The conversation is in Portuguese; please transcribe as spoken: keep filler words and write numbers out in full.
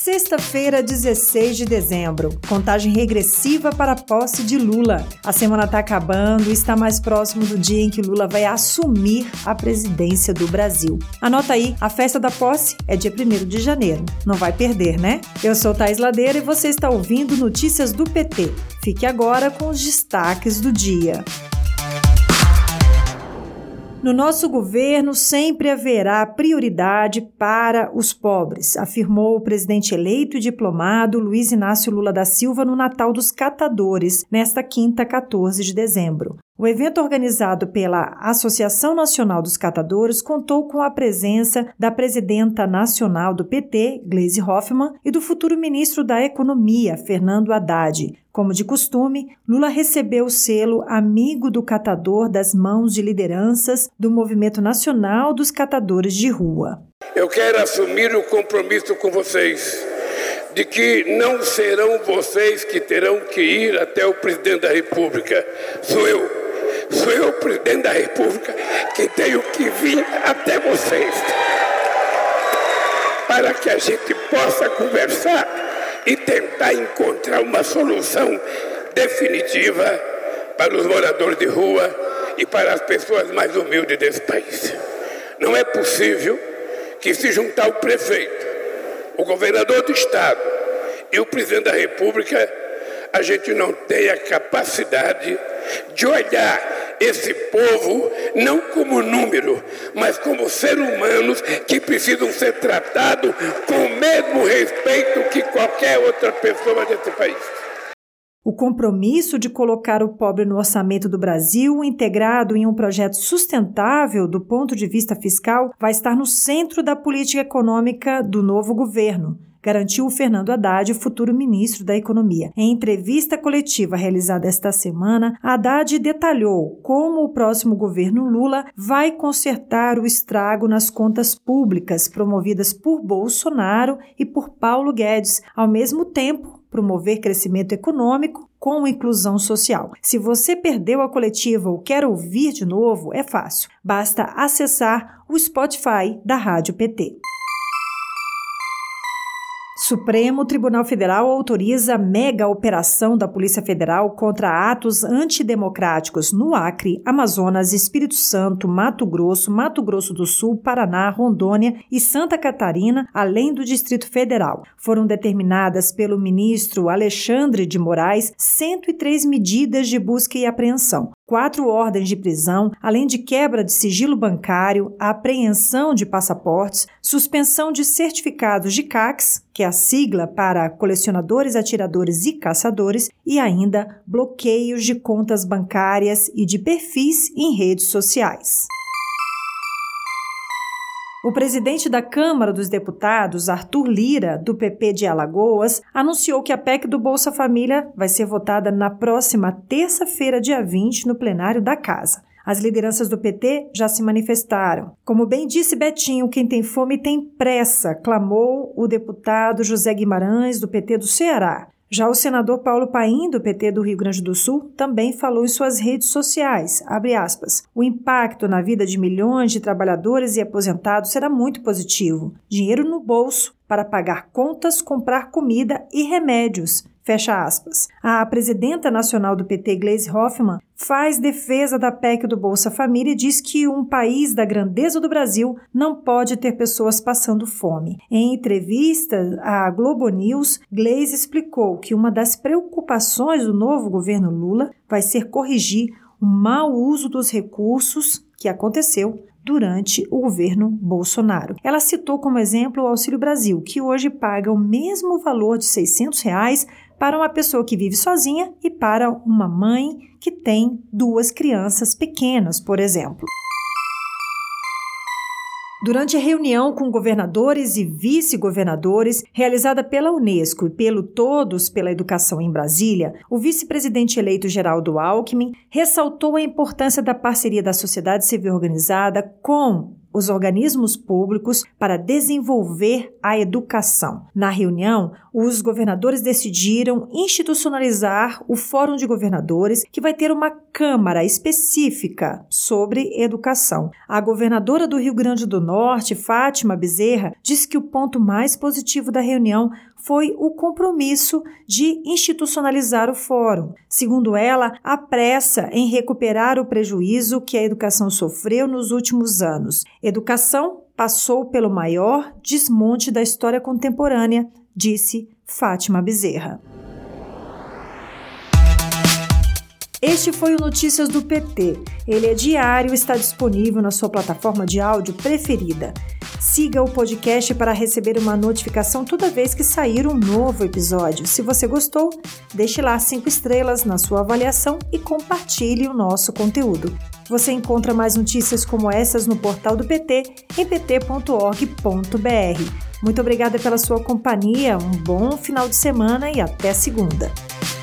Sexta-feira, dezesseis de dezembro. Contagem regressiva para a posse de Lula. A semana está acabando e está mais próximo do dia em que Lula vai assumir a presidência do Brasil. Anota aí, a festa da posse é dia primeiro de janeiro. Não vai perder, né? Eu sou Thaís Ladeira e você está ouvindo Notícias do P T. Fique agora com os destaques do dia. No nosso governo sempre haverá prioridade para os pobres, afirmou o presidente eleito e diplomado Luiz Inácio Lula da Silva no Natal dos Catadores, nesta quinta, quatorze de dezembro. O evento organizado pela Associação Nacional dos Catadores contou com a presença da presidenta nacional do P T, Gleisi Hoffmann, e do futuro ministro da Economia, Fernando Haddad. Como de costume, Lula recebeu o selo Amigo do Catador das mãos de lideranças do Movimento Nacional dos Catadores de Rua. Eu quero assumir o compromisso com vocês de que não serão vocês que terão que ir até o presidente da República. Sou eu. Sou eu, o presidente da República, que tenho que vir até vocês para que a gente possa conversar e tentar encontrar uma solução definitiva para os moradores de rua e para as pessoas mais humildes desse país. Não é possível que, se juntar o prefeito, o governador do estado e o presidente da República, a gente não tenha capacidade de olhar esse povo não como número, mas como seres humanos que precisam ser tratados com o mesmo respeito que qualquer outra pessoa desse país. O compromisso de colocar o pobre no orçamento do Brasil, integrado em um projeto sustentável do ponto de vista fiscal, vai estar no centro da política econômica do novo governo, garantiu o Fernando Haddad, futuro ministro da Economia. Em entrevista coletiva realizada esta semana, Haddad detalhou como o próximo governo Lula vai consertar o estrago nas contas públicas promovidas por Bolsonaro e por Paulo Guedes, ao mesmo tempo promover crescimento econômico com inclusão social. Se você perdeu a coletiva ou quer ouvir de novo, é fácil. Basta acessar o Spotify da Rádio P T. Supremo Tribunal Federal autoriza mega operação da Polícia Federal contra atos antidemocráticos no Acre, Amazonas, Espírito Santo, Mato Grosso, Mato Grosso do Sul, Paraná, Rondônia e Santa Catarina, além do Distrito Federal. Foram determinadas pelo ministro Alexandre de Moraes cento e três medidas de busca e apreensão. Quatro ordens de prisão, além de quebra de sigilo bancário, apreensão de passaportes, suspensão de certificados de C A Cs, que é a sigla para colecionadores, atiradores e caçadores, e ainda bloqueios de contas bancárias e de perfis em redes sociais. O presidente da Câmara dos Deputados, Arthur Lira, do P P de Alagoas, anunciou que a P E C do Bolsa Família vai ser votada na próxima terça-feira, dia vinte, no plenário da Casa. As lideranças do P T já se manifestaram. Como bem disse Betinho, quem tem fome tem pressa, clamou o deputado José Guimarães, do P T do Ceará. Já o senador Paulo Paim, do P T do Rio Grande do Sul, também falou em suas redes sociais, abre aspas, o impacto na vida de milhões de trabalhadores e aposentados será muito positivo. Dinheiro no bolso para pagar contas, comprar comida e remédios. Fecha aspas. A presidenta nacional do P T, Gleisi Hoffmann, faz defesa da P E C do Bolsa Família e diz que um país da grandeza do Brasil não pode ter pessoas passando fome. Em entrevista à Globo News, Gleisi explicou que uma das preocupações do novo governo Lula vai ser corrigir o mau uso dos recursos que aconteceu durante o governo Bolsonaro. Ela citou como exemplo o Auxílio Brasil, que hoje paga o mesmo valor de seiscentos reais para uma pessoa que vive sozinha e para uma mãe que tem duas crianças pequenas, por exemplo. Durante a reunião com governadores e vice-governadores, realizada pela Unesco e pelo Todos pela Educação em Brasília, o vice-presidente eleito Geraldo Alckmin ressaltou a importância da parceria da sociedade civil organizada com os organismos públicos para desenvolver a educação. Na reunião, os governadores decidiram institucionalizar o Fórum de Governadores, que vai ter uma Câmara específica sobre educação. A governadora do Rio Grande do Norte, Fátima Bezerra, disse que o ponto mais positivo da reunião foi o compromisso de institucionalizar o fórum. Segundo ela, a pressa em recuperar o prejuízo que a educação sofreu nos últimos anos. Educação passou pelo maior desmonte da história contemporânea, disse Fátima Bezerra. Este foi o Notícias do P T. Ele é diário e está disponível na sua plataforma de áudio preferida. Siga o podcast para receber uma notificação toda vez que sair um novo episódio. Se você gostou, deixe lá cinco estrelas na sua avaliação e compartilhe o nosso conteúdo. Você encontra mais notícias como essas no portal do P T, em p t ponto org ponto b r. Muito obrigada pela sua companhia, um bom final de semana e até segunda.